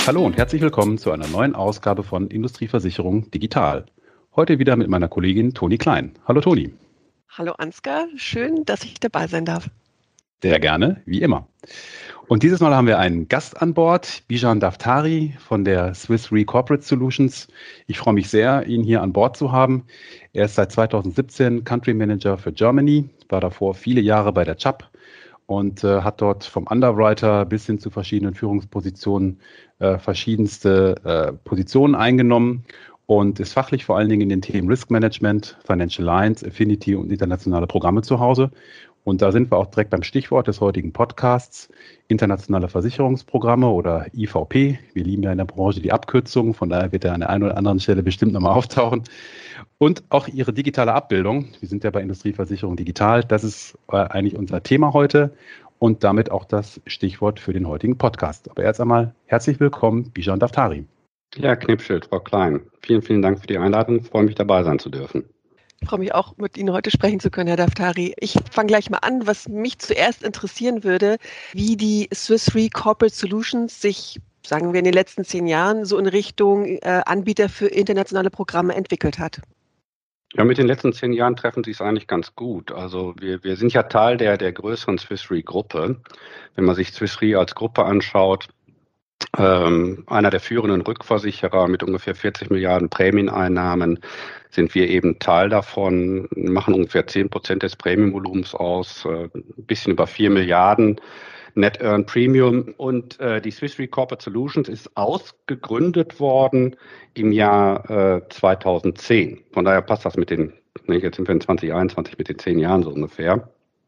Hallo und herzlich willkommen zu einer neuen Ausgabe von Industrieversicherung Digital. Heute wieder mit meiner Kollegin Toni Klein. Hallo Toni. Hallo Ansgar, schön, dass ich dabei sein darf. Sehr gerne, wie immer. Und dieses Mal haben wir einen Gast an Bord, Bijan Daftari von der Swiss Re Corporate Solutions. Ich freue mich sehr, ihn hier an Bord zu haben. Er ist seit 2017 Country Manager für Germany, war davor viele Jahre bei der Chubb und hat dort vom Underwriter bis hin zu verschiedenen Führungspositionen verschiedenste Positionen eingenommen und ist fachlich vor allen Dingen in den Themen Risk Management, Financial Lines, Affinity und internationale Programme zu Hause. Und da sind wir auch direkt beim Stichwort des heutigen Podcasts, internationale Versicherungsprogramme oder IVP. Wir lieben ja in der Branche die Abkürzung, von daher wird er an der einen oder anderen Stelle bestimmt nochmal auftauchen. Und auch Ihre digitale Abbildung. Wir sind ja bei Industrieversicherung Digital. Das ist eigentlich unser Thema heute und damit auch das Stichwort für den heutigen Podcast. Aber erst einmal herzlich willkommen, Bijan Daftari. Ja, Knipschild, Frau Klein. Vielen, vielen Dank für die Einladung. Ich freue mich, dabei sein zu dürfen. Ich freue mich auch, mit Ihnen heute sprechen zu können, Herr Daftari. Ich fange gleich mal an, was mich zuerst interessieren würde, wie die Swiss Re Corporate Solutions sich, sagen wir, in den letzten 10 Jahren so in Richtung Anbieter für internationale Programme entwickelt hat. Ja, mit den letzten 10 Jahren treffen Sie es eigentlich ganz gut. Also wir sind ja Teil der größeren Swiss Re Gruppe. Wenn man sich Swiss Re als Gruppe anschaut, einer der führenden Rückversicherer mit ungefähr 40 Milliarden Prämieneinnahmen, sind wir eben Teil davon, machen ungefähr 10% des Prämienvolumens aus, ein bisschen über 4 Milliarden Net Earned Premium. Und die Swiss Re Corporate Solutions ist ausgegründet worden im Jahr 2010. Von daher passt das mit den, jetzt sind wir in 2021 mit den 10 Jahren so ungefähr.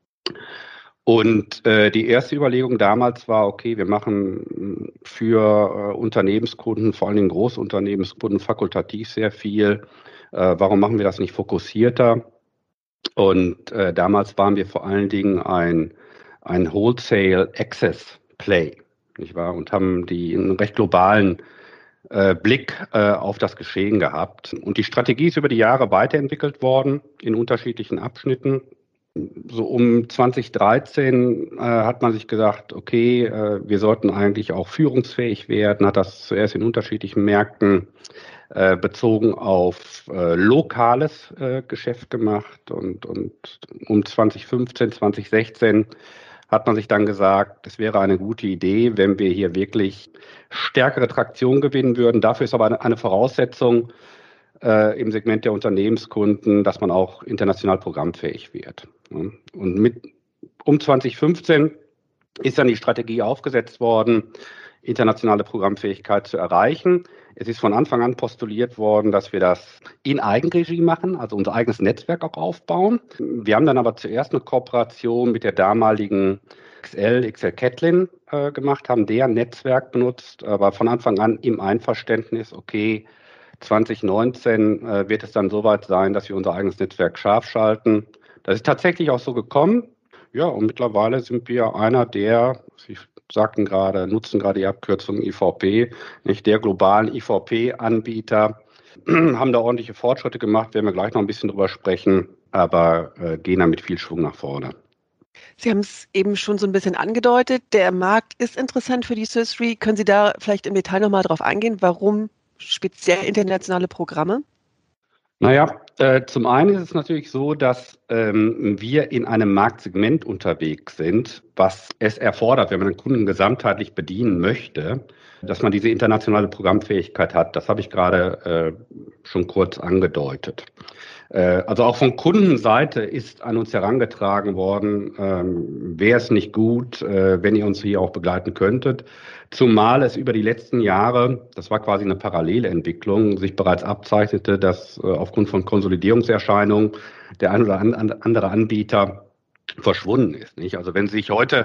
Und die erste Überlegung damals war, okay, wir machen für Unternehmenskunden, vor allen Dingen Großunternehmenskunden, fakultativ sehr viel. Warum machen wir das nicht fokussierter? Und damals waren wir vor allen Dingen ein Wholesale Access Play, nicht wahr? Und haben einen recht globalen Blick auf das Geschehen gehabt. Und die Strategie ist über die Jahre weiterentwickelt worden in unterschiedlichen Abschnitten. So um 2013 hat man sich gesagt, okay, wir sollten eigentlich auch führungsfähig werden, hat das zuerst in unterschiedlichen Märkten bezogen auf lokales Geschäft gemacht und um 2015, 2016 hat man sich dann gesagt, es wäre eine gute Idee, wenn wir hier wirklich stärkere Traktion gewinnen würden. Dafür ist aber eine Voraussetzung im Segment der Unternehmenskunden, dass man auch international programmfähig wird. Und um 2015 ist dann die Strategie aufgesetzt worden, internationale Programmfähigkeit zu erreichen. Es ist von Anfang an postuliert worden, dass wir das in Eigenregie machen, also unser eigenes Netzwerk auch aufbauen. Wir haben dann aber zuerst eine Kooperation mit der damaligen XL Catlin gemacht, haben deren Netzwerk benutzt, aber von Anfang an im Einverständnis, okay, 2019 wird es dann soweit sein, dass wir unser eigenes Netzwerk scharf schalten. Das ist tatsächlich auch so gekommen. Ja, und mittlerweile sind wir einer der, Sie sagten gerade, nutzen gerade die Abkürzung IVP, nicht der globalen IVP-Anbieter, haben da ordentliche Fortschritte gemacht, werden wir gleich noch ein bisschen drüber sprechen, aber gehen da mit viel Schwung nach vorne. Sie haben es eben schon so ein bisschen angedeutet, der Markt ist interessant für die Swiss Re. Können Sie da vielleicht im Detail nochmal drauf eingehen, warum speziell internationale Programme? Naja, zum einen ist es natürlich so, dass wir in einem Marktsegment unterwegs sind, was es erfordert, wenn man einen Kunden gesamtheitlich bedienen möchte, dass man diese internationale Programmfähigkeit hat. Das habe ich gerade schon kurz angedeutet. Also auch von Kundenseite ist an uns herangetragen worden, wäre es nicht gut, wenn ihr uns hier auch begleiten könntet. Zumal es über die letzten Jahre, das war quasi eine Parallelentwicklung, sich bereits abzeichnete, dass aufgrund von Konsolidierungserscheinungen der ein oder andere Anbieter verschwunden ist. Nicht? Also wenn Sie sich heute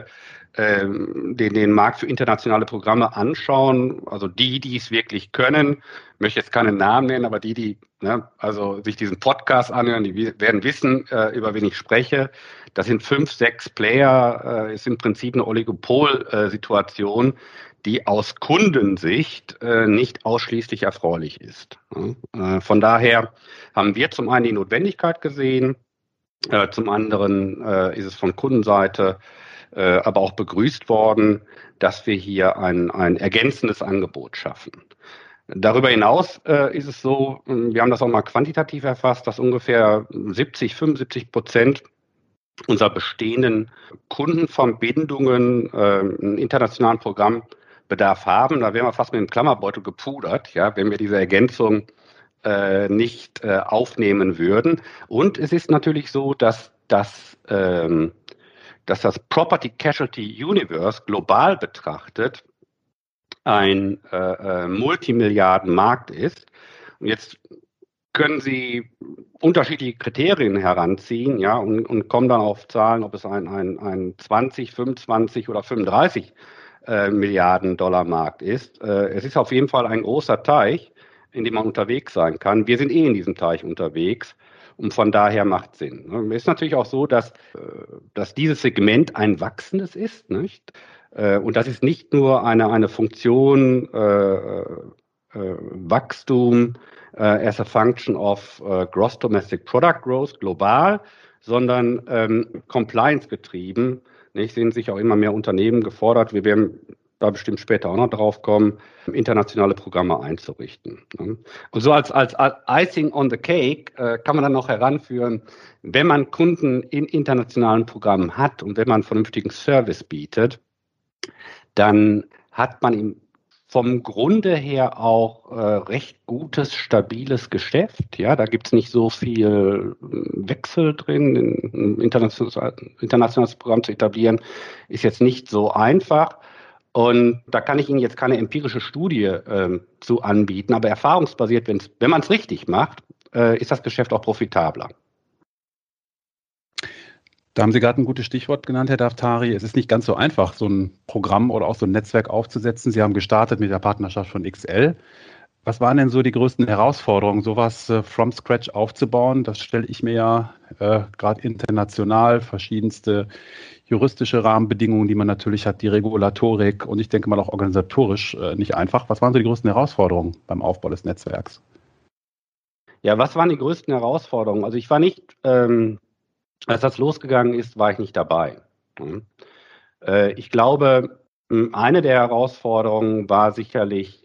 den Markt für internationale Programme anschauen, also die es wirklich können, möchte jetzt keinen Namen nennen, aber die also sich diesen Podcast anhören, die werden wissen, über wen ich spreche. Das sind 5, 6 Player, ist im Prinzip eine Oligopol-Situation, die aus Kundensicht nicht ausschließlich erfreulich ist. Von daher haben wir zum einen die Notwendigkeit gesehen, zum anderen ist es von Kundenseite aber auch begrüßt worden, dass wir hier ein ergänzendes Angebot schaffen. Darüber hinaus ist es so, wir haben das auch mal quantitativ erfasst, dass ungefähr 75% unserer bestehenden Kundenverbindungen einen internationalen Programmbedarf haben. Da wären wir fast mit dem Klammerbeutel gepudert, ja, wenn wir diese Ergänzung nicht aufnehmen würden. Und es ist natürlich so, dass das Property Casualty Universe global betrachtet ein Multimilliardenmarkt ist. Und jetzt können Sie unterschiedliche Kriterien heranziehen, ja, und kommen dann auf Zahlen, ob es ein 20, 25 oder 35 Milliarden Dollar Markt ist. Es ist auf jeden Fall ein großer Teich, in dem man unterwegs sein kann. Wir sind in diesem Teich unterwegs und von daher macht es Sinn. Es ist natürlich auch so, dass dieses Segment ein wachsendes ist, nicht? Und das ist nicht nur eine Funktion Wachstum as a function of Gross Domestic Product Growth global, sondern Compliance getrieben. Nicht? Sehen sich auch immer mehr Unternehmen gefordert. Wir werden da bestimmt später auch noch drauf kommen, internationale Programme einzurichten. Und so als Icing on the Cake kann man dann noch heranführen, wenn man Kunden in internationalen Programmen hat und wenn man vernünftigen Service bietet, dann hat man vom Grunde her auch recht gutes, stabiles Geschäft. Ja, da gibt es nicht so viel Wechsel drin. Ein internationales Programm zu etablieren, ist jetzt nicht so einfach. Und da kann ich Ihnen jetzt keine empirische Studie zu anbieten, aber erfahrungsbasiert, wenn man es richtig macht, ist das Geschäft auch profitabler. Da haben Sie gerade ein gutes Stichwort genannt, Herr Daftari. Es ist nicht ganz so einfach, so ein Programm oder auch so ein Netzwerk aufzusetzen. Sie haben gestartet mit der Partnerschaft von XL. Was waren denn so die größten Herausforderungen, sowas from scratch aufzubauen? Das stelle ich mir ja gerade international, verschiedenste juristische Rahmenbedingungen, die man natürlich hat, die Regulatorik und ich denke mal auch organisatorisch nicht einfach. Was waren so die größten Herausforderungen beim Aufbau des Netzwerks? Ja, was waren die größten Herausforderungen? Also ich war nicht... Als das losgegangen ist, war ich nicht dabei. Ich glaube, eine der Herausforderungen war sicherlich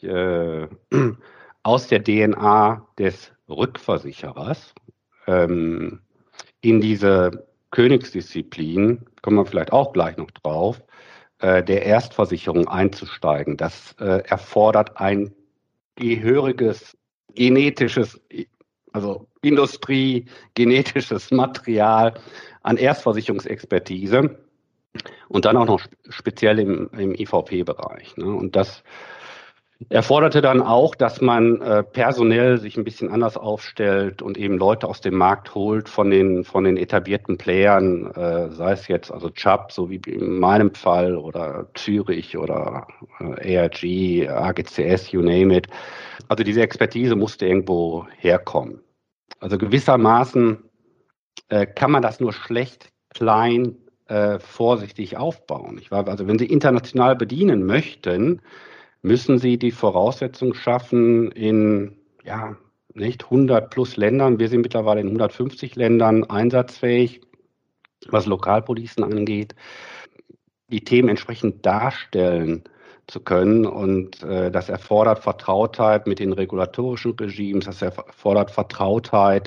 aus der DNA des Rückversicherers in diese Königsdisziplin, kommen wir vielleicht auch gleich noch drauf, der Erstversicherung einzusteigen. Das erfordert ein gehöriges genetisches, also industriegenetisches Material an Erstversicherungsexpertise und dann auch noch speziell im IVP-Bereich. Ne? Und das erforderte dann auch, dass man personell sich ein bisschen anders aufstellt und eben Leute aus dem Markt holt von den etablierten Playern, sei es jetzt also Chubb, so wie in meinem Fall, oder Zürich oder ARG, AGCS, you name it. Also diese Expertise musste irgendwo herkommen. Also gewissermaßen kann man das nur schlecht, klein, vorsichtig aufbauen. Also wenn Sie international bedienen möchten, müssen Sie die Voraussetzung schaffen in, ja, nicht 100 plus Ländern. Wir sind mittlerweile in 150 Ländern einsatzfähig, was Lokalpolicen angeht, die Themen entsprechend darstellen zu können. Und das erfordert Vertrautheit mit den regulatorischen Regimes, das erfordert Vertrautheit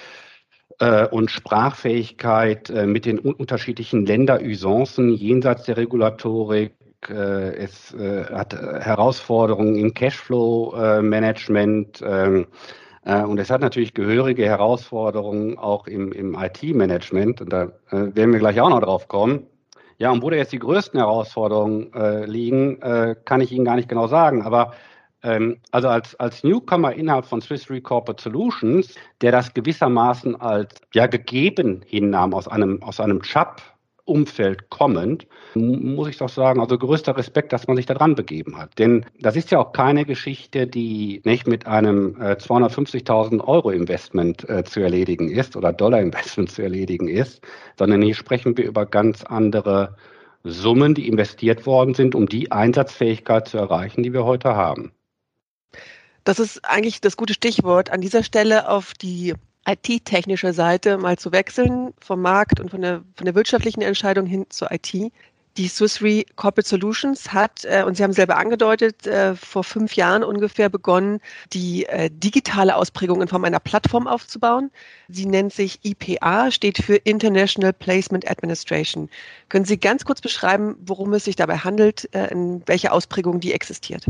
und Sprachfähigkeit mit den unterschiedlichen Länderusancen jenseits der Regulatorik. Es hat Herausforderungen im Cashflow-Management und es hat natürlich gehörige Herausforderungen auch im IT-Management. Und da werden wir gleich auch noch drauf kommen. Ja, und wo da jetzt die größten Herausforderungen liegen, kann ich Ihnen gar nicht genau sagen. Aber also als Newcomer innerhalb von Swiss Re Corporate Solutions, der das gewissermaßen als ja gegeben hinnahm aus einem Chubb-Umfeld kommend, muss ich doch sagen, also größter Respekt, dass man sich da dran begeben hat. Denn das ist ja auch keine Geschichte, die nicht mit einem 250.000 Euro Investment zu erledigen ist oder Dollar Investment zu erledigen ist, sondern hier sprechen wir über ganz andere Summen, die investiert worden sind, um die Einsatzfähigkeit zu erreichen, die wir heute haben. Das ist eigentlich das gute Stichwort, an dieser Stelle auf die IT-technische Seite mal zu wechseln, vom Markt und von der wirtschaftlichen Entscheidung hin zur IT. Die Swiss Re Corporate Solutions hat, und Sie haben selber angedeutet, vor 5 Jahren ungefähr begonnen, die digitale Ausprägung in Form einer Plattform aufzubauen. Sie nennt sich IPA, steht für International Placement Administration. Können Sie ganz kurz beschreiben, worum es sich dabei handelt, in welcher Ausprägung die existiert?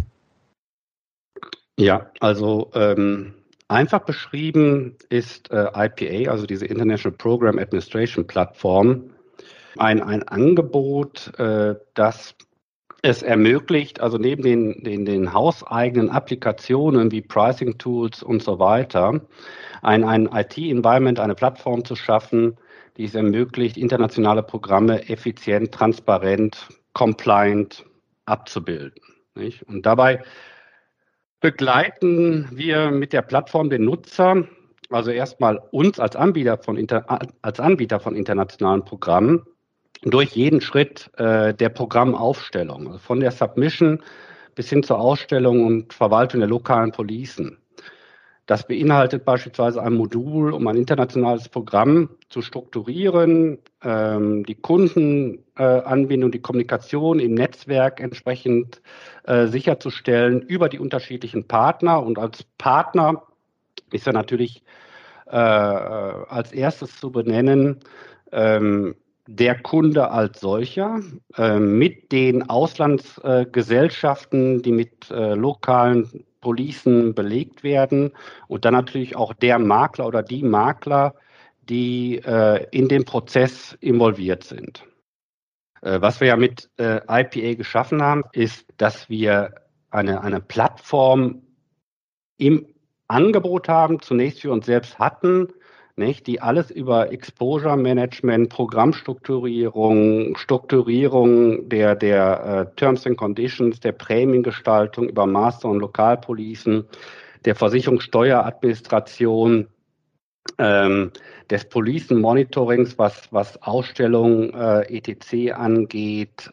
Ja, also einfach beschrieben ist IPA, also diese International Program Administration Plattform, ein Angebot, das es ermöglicht, also neben den hauseigenen Applikationen wie Pricing Tools und so weiter, ein IT-Environment, eine Plattform zu schaffen, die es ermöglicht, internationale Programme effizient, transparent, compliant abzubilden. Nicht? Und dabei begleiten wir mit der Plattform den Nutzer, also erstmal uns als Anbieter von internationalen Programmen, durch jeden Schritt der Programmaufstellung, also von der Submission bis hin zur Ausstellung und Verwaltung der lokalen Policen. Das beinhaltet beispielsweise ein Modul, um ein internationales Programm zu strukturieren, die Kundenanbindung, die Kommunikation im Netzwerk entsprechend sicherzustellen über die unterschiedlichen Partner. Und als Partner ist ja natürlich als erstes zu benennen, der Kunde als solcher, mit den Auslandsgesellschaften, die mit lokalen Policen belegt werden, und dann natürlich auch der Makler oder die Makler, die in den Prozess involviert sind. Was wir ja mit IPA geschaffen haben, ist, dass wir eine Plattform im Angebot haben, zunächst für uns selbst hatten, nicht, die alles über Exposure Management, Programmstrukturierung, Strukturierung der Terms and Conditions, der Prämiengestaltung über Master- und Lokalpolicen, der Versicherungssteueradministration, des Policen-Monitorings, was Ausstellung etc. angeht,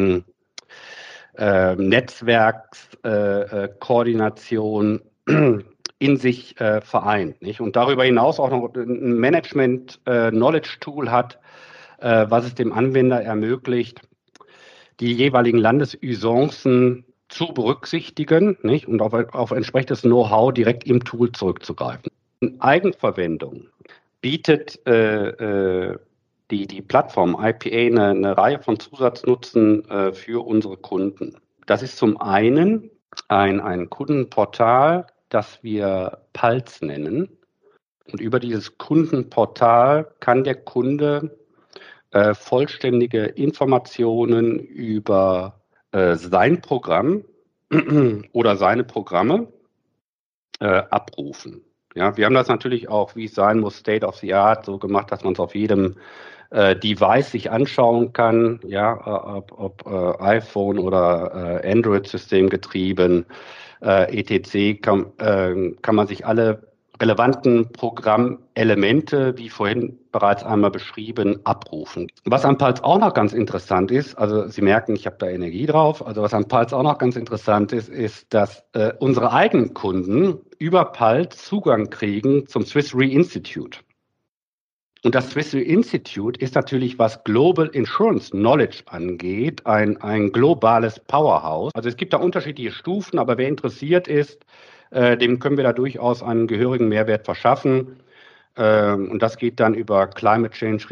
Netzwerkskoordination in sich vereint. Nicht? Und darüber hinaus auch noch ein Management-Knowledge-Tool hat, was es dem Anwender ermöglicht, die jeweiligen Landesusancen zu berücksichtigen, nicht? Und auf entsprechendes Know-how direkt im Tool zurückzugreifen. In Eigenverwendung bietet die Plattform IPA eine Reihe von Zusatznutzen für unsere Kunden. Das ist zum einen ein Kundenportal, das wir Pulse nennen. Und über dieses Kundenportal kann der Kunde vollständige Informationen über sein Programm oder seine Programme abrufen. Ja, wir haben das natürlich auch, wie es sein muss, State of the Art so gemacht, dass man es auf jedem Device sich anschauen kann, ja, ob iPhone oder Android-System getrieben, etc. Kann man sich alle relevanten Programmelemente, wie vorhin bereits einmal beschrieben, abrufen. Was am Pulse auch noch ganz interessant ist, also Sie merken, ich habe da Energie drauf, also was am Pulse auch noch ganz interessant ist, dass unsere eigenen Kunden über Pulse Zugang kriegen zum Swiss Re Institute. Und das Swiss Re Institute ist natürlich, was Global Insurance Knowledge angeht, ein globales Powerhouse. Also es gibt da unterschiedliche Stufen, aber wer interessiert ist, dem können wir da durchaus einen gehörigen Mehrwert verschaffen. Und das geht dann über Climate Change,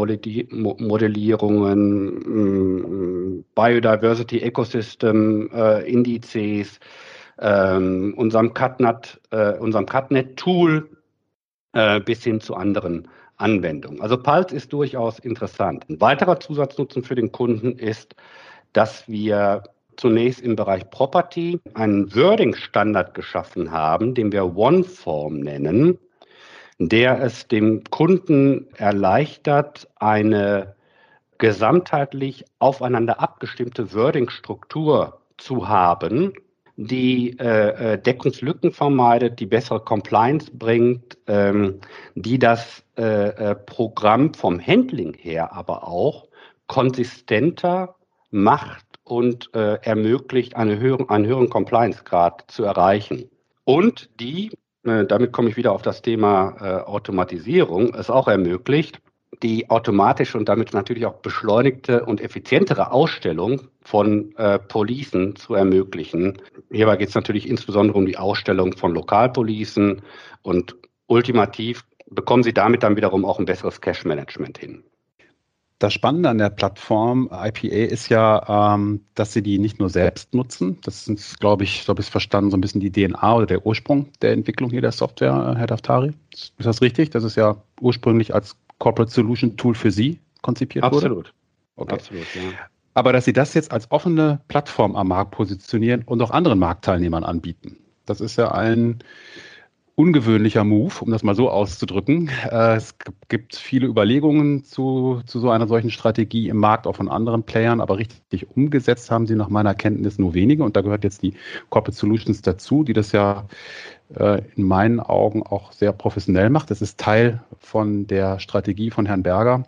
Risikomodellierungen, Biodiversity Ecosystem, Indizes, unserem CutNet-Tool bis hin zu anderen Anwendungen. Also Pulse ist durchaus interessant. Ein weiterer Zusatznutzen für den Kunden ist, dass wir zunächst im Bereich Property einen Wording-Standard geschaffen haben, den wir OneForm nennen, der es dem Kunden erleichtert, eine gesamtheitlich aufeinander abgestimmte Wording-Struktur zu haben, die Deckungslücken vermeidet, die bessere Compliance bringt, die das Programm vom Handling her aber auch konsistenter macht und ermöglicht, einen höheren Compliance-Grad zu erreichen. Und die, damit komme ich wieder auf das Thema Automatisierung, es auch ermöglicht, die automatische und damit natürlich auch beschleunigte und effizientere Ausstellung von Policen zu ermöglichen. Hierbei geht es natürlich insbesondere um die Ausstellung von Lokalpolicen und ultimativ bekommen Sie damit dann wiederum auch ein besseres Cash-Management hin. Das Spannende an der Plattform IPA ist ja, dass Sie die nicht nur selbst nutzen. Das ist, glaube ich, so habe ich es verstanden, so ein bisschen die DNA oder der Ursprung der Entwicklung hier der Software, Herr Daftari. Ist das richtig? Das ist ja ursprünglich als Corporate Solution Tool für Sie konzipiert wurde? Absolut. Okay. Absolut, ja. Aber dass Sie das jetzt als offene Plattform am Markt positionieren und auch anderen Marktteilnehmern anbieten, das ist ja ein ungewöhnlicher Move, um das mal so auszudrücken. Es gibt viele Überlegungen zu so einer solchen Strategie im Markt, auch von anderen Playern, aber richtig umgesetzt haben sie nach meiner Kenntnis nur wenige. Und da gehört jetzt die Corporate Solutions dazu, die das ja in meinen Augen auch sehr professionell macht. Das ist Teil von der Strategie von Herrn Berger,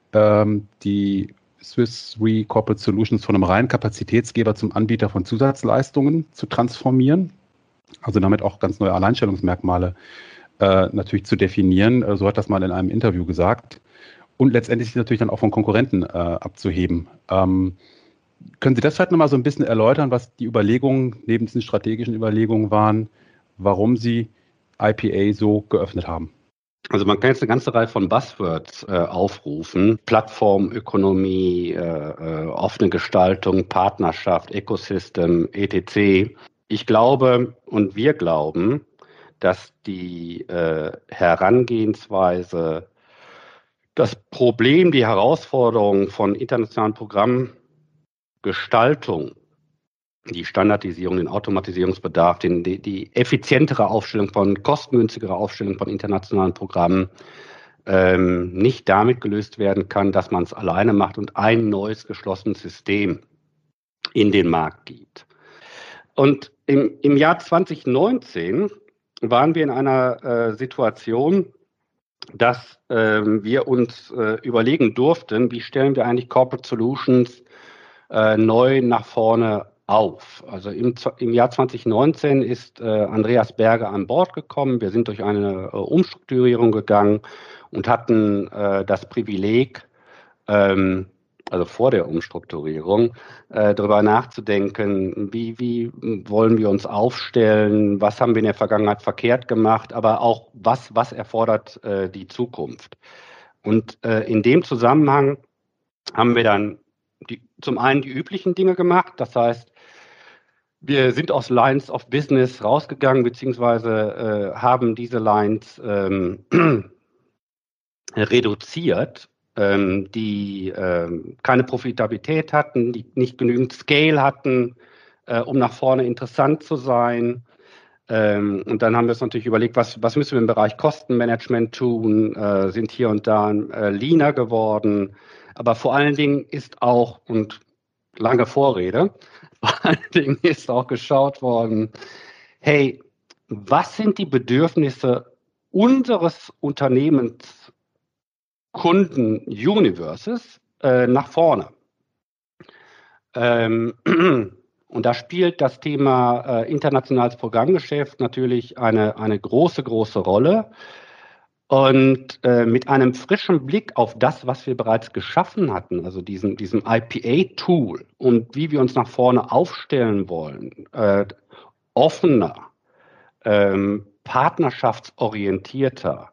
die Swiss Re Corporate Solutions von einem reinen Kapazitätsgeber zum Anbieter von Zusatzleistungen zu transformieren. Also damit auch ganz neue Alleinstellungsmerkmale natürlich zu definieren. So hat das mal in einem Interview gesagt. Und letztendlich natürlich dann auch von Konkurrenten abzuheben. Können Sie das vielleicht nochmal so ein bisschen erläutern, was die Überlegungen neben diesen strategischen Überlegungen waren, warum Sie IPA so geöffnet haben? Also man kann jetzt eine ganze Reihe von Buzzwords aufrufen. Plattformökonomie, offene Gestaltung, Partnerschaft, Ecosystem, etc. Ich glaube und wir glauben, dass die Herangehensweise, das Problem, die Herausforderung von internationalen Programmgestaltung, die Standardisierung, den Automatisierungsbedarf, die effizientere Aufstellung kostengünstigere Aufstellung von internationalen Programmen nicht damit gelöst werden kann, dass man es alleine macht und ein neues geschlossenes System in den Markt gibt. Und im Jahr 2019 waren wir in einer Situation, dass wir uns überlegen durften, wie stellen wir eigentlich Corporate Solutions neu nach vorne auf. Also im Jahr 2019 ist Andreas Berger an Bord gekommen. Wir sind durch eine Umstrukturierung gegangen und hatten das Privileg, also vor der Umstrukturierung, darüber nachzudenken, wie wollen wir uns aufstellen, was haben wir in der Vergangenheit verkehrt gemacht, aber auch was erfordert die Zukunft. Und in dem Zusammenhang haben wir dann zum einen die üblichen Dinge gemacht, das heißt, wir sind aus Lines of Business rausgegangen, beziehungsweise haben diese Lines reduziert, die keine Profitabilität hatten, die nicht genügend Scale hatten, um nach vorne interessant zu sein. Und dann haben wir uns natürlich überlegt, was müssen wir im Bereich Kostenmanagement tun, sind hier und da leaner geworden. Aber vor allen Dingen ist auch, und lange Vorrede, vor allen Dingen ist auch geschaut worden, hey, was sind die Bedürfnisse unseres Unternehmenskunden-Universes nach vorne? Und da spielt das Thema internationales Programmgeschäft natürlich eine große, große Rolle. Und mit einem frischen Blick auf das, was wir bereits geschaffen hatten, also diesem IPA-Tool und wie wir uns nach vorne aufstellen wollen, offener, partnerschaftsorientierter,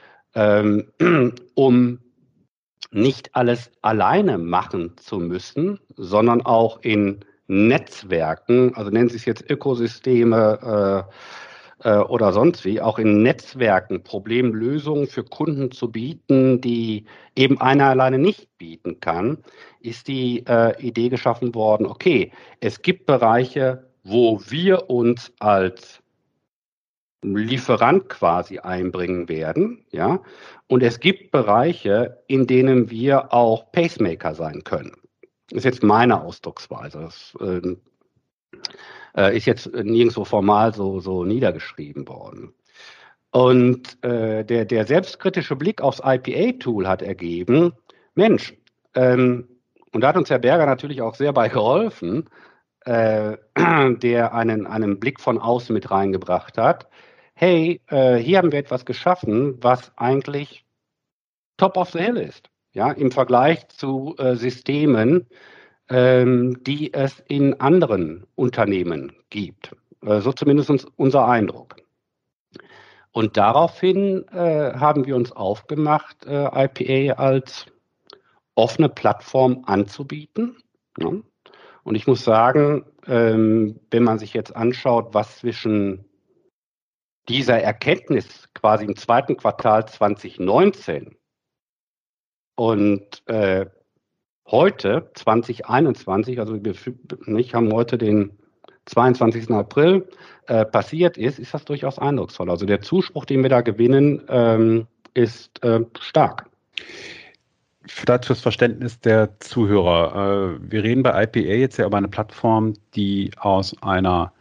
um nicht alles alleine machen zu müssen, sondern auch in Netzwerken, also nennen Sie es jetzt Ökosysteme oder sonst wie, auch in Netzwerken Problemlösungen für Kunden zu bieten, die eben einer alleine nicht bieten kann, ist die Idee geschaffen worden, okay, es gibt Bereiche, wo wir uns als Lieferant quasi einbringen werden, ja, und es gibt Bereiche, in denen wir auch Pacemaker sein können. Das ist jetzt meine Ausdrucksweise. Das ist jetzt nirgendwo formal so niedergeschrieben worden. Und der selbstkritische Blick aufs IPA-Tool hat ergeben, Mensch, und da hat uns Herr Berger natürlich auch sehr bei geholfen, der einen Blick von außen mit reingebracht hat. Hey, hier haben wir etwas geschaffen, was eigentlich top of the hill ist, ja, im Vergleich zu Systemen, die es in anderen Unternehmen gibt. So zumindest unser Eindruck. Und daraufhin haben wir uns aufgemacht, IPA als offene Plattform anzubieten. Ja. Und ich muss sagen, wenn man sich jetzt anschaut, was zwischen dieser Erkenntnis quasi im zweiten Quartal 2019 und heute, 2021, also wir haben heute den 22. April, passiert ist das durchaus eindrucksvoll. Also der Zuspruch, den wir da gewinnen, ist stark. Vielleicht fürs Verständnis der Zuhörer. Wir reden bei IPA jetzt ja über eine Plattform, die aus einer,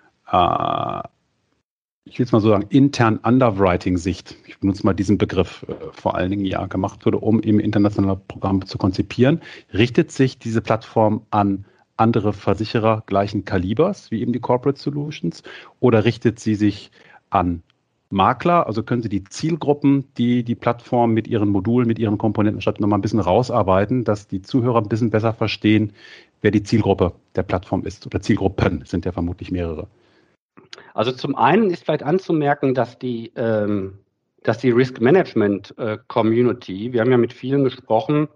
ich will es mal so sagen, internen Underwriting-Sicht, ich benutze mal diesen Begriff, vor allen Dingen ja gemacht wurde, um eben internationale Programme zu konzipieren. Richtet sich diese Plattform an andere Versicherer gleichen Kalibers, wie eben die Corporate Solutions, oder richtet sie sich an Makler? Also können Sie die Zielgruppen, die die Plattform mit ihren Modulen, mit ihren Komponenten statt, noch mal ein bisschen rausarbeiten, dass die Zuhörer ein bisschen besser verstehen, wer die Zielgruppe der Plattform ist? Oder Zielgruppen sind ja vermutlich mehrere. Also zum einen ist vielleicht anzumerken, dass die Risk Management Community, wir haben ja mit vielen gesprochen,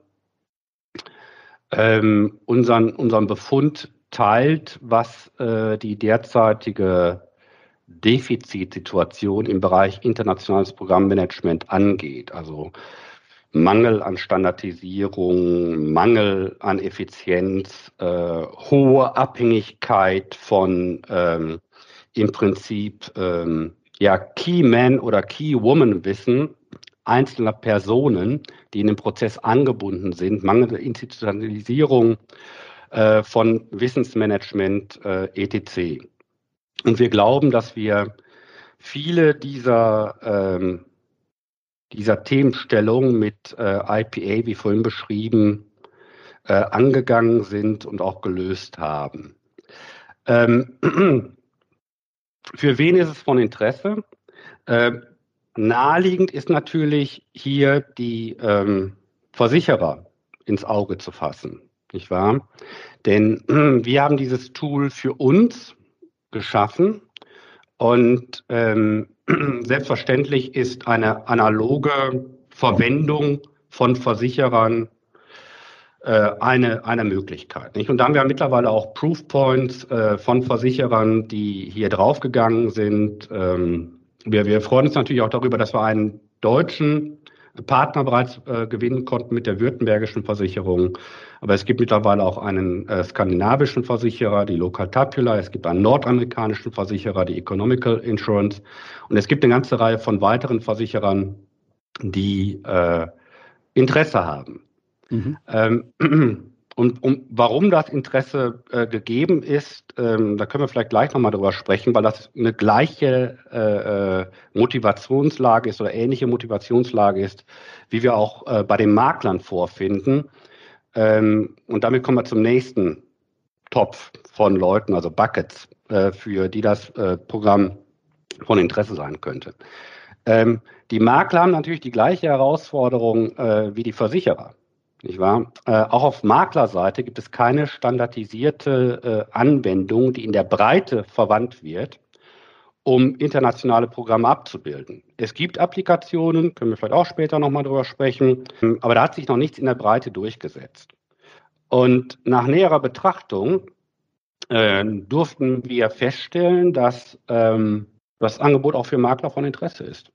unseren Befund teilt, was die derzeitige Defizitsituation im Bereich internationales Programmmanagement angeht. Also Mangel an Standardisierung, Mangel an Effizienz, hohe Abhängigkeit von im Prinzip Key-Man- oder Key-Woman-Wissen einzelner Personen, die in den Prozess angebunden sind, mangelnde Institutionalisierung von Wissensmanagement etc. Und wir glauben, dass wir viele dieser Themenstellungen mit IPA, wie vorhin beschrieben, angegangen sind und auch gelöst haben. Für wen ist es von Interesse? Naheliegend ist natürlich hier die Versicherer ins Auge zu fassen, nicht wahr? Denn wir haben dieses Tool für uns geschaffen und selbstverständlich ist eine analoge Verwendung von Versicherern eine Möglichkeit. Nicht? Und da haben wir mittlerweile auch Proofpoints von Versicherern, die hier draufgegangen sind. Wir freuen uns natürlich auch darüber, dass wir einen deutschen Partner bereits gewinnen konnten mit der württembergischen Versicherung. Aber es gibt mittlerweile auch einen skandinavischen Versicherer, die Local Tapula. Es gibt einen nordamerikanischen Versicherer, die Economical Insurance. Und es gibt eine ganze Reihe von weiteren Versicherern, die Interesse haben. Mhm. Und warum das Interesse gegeben ist, da können wir vielleicht gleich nochmal drüber sprechen, weil das eine gleiche Motivationslage ist oder ähnliche Motivationslage ist, wie wir auch bei den Maklern vorfinden. Und damit kommen wir zum nächsten Topf von Leuten, also Buckets, für die das Programm von Interesse sein könnte. Die Makler haben natürlich die gleiche Herausforderung wie die Versicherer. Nicht wahr? Auch auf Maklerseite gibt es keine standardisierte Anwendung, die in der Breite verwandt wird, um internationale Programme abzubilden. Es gibt Applikationen, können wir vielleicht auch später nochmal drüber sprechen, aber da hat sich noch nichts in der Breite durchgesetzt. Und nach näherer Betrachtung durften wir feststellen, dass das Angebot auch für Makler von Interesse ist.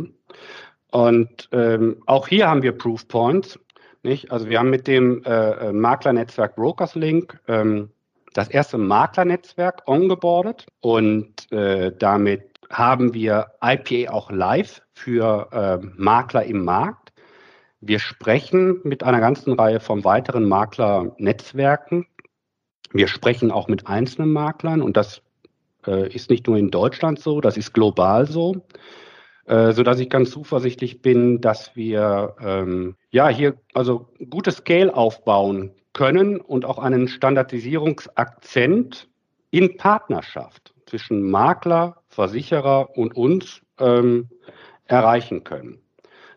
Und auch hier haben wir Proofpoints. Nicht? Also wir haben mit dem Maklernetzwerk BrokersLink das erste Maklernetzwerk ongeboardet und damit haben wir IPA auch live für Makler im Markt. Wir sprechen mit einer ganzen Reihe von weiteren Maklernetzwerken. Wir sprechen auch mit einzelnen Maklern und das ist nicht nur in Deutschland so, das ist global so. Sodass ich ganz zuversichtlich bin, dass wir hier also gutes Scale aufbauen können und auch einen Standardisierungsakzent in Partnerschaft zwischen Makler, Versicherer und uns erreichen können.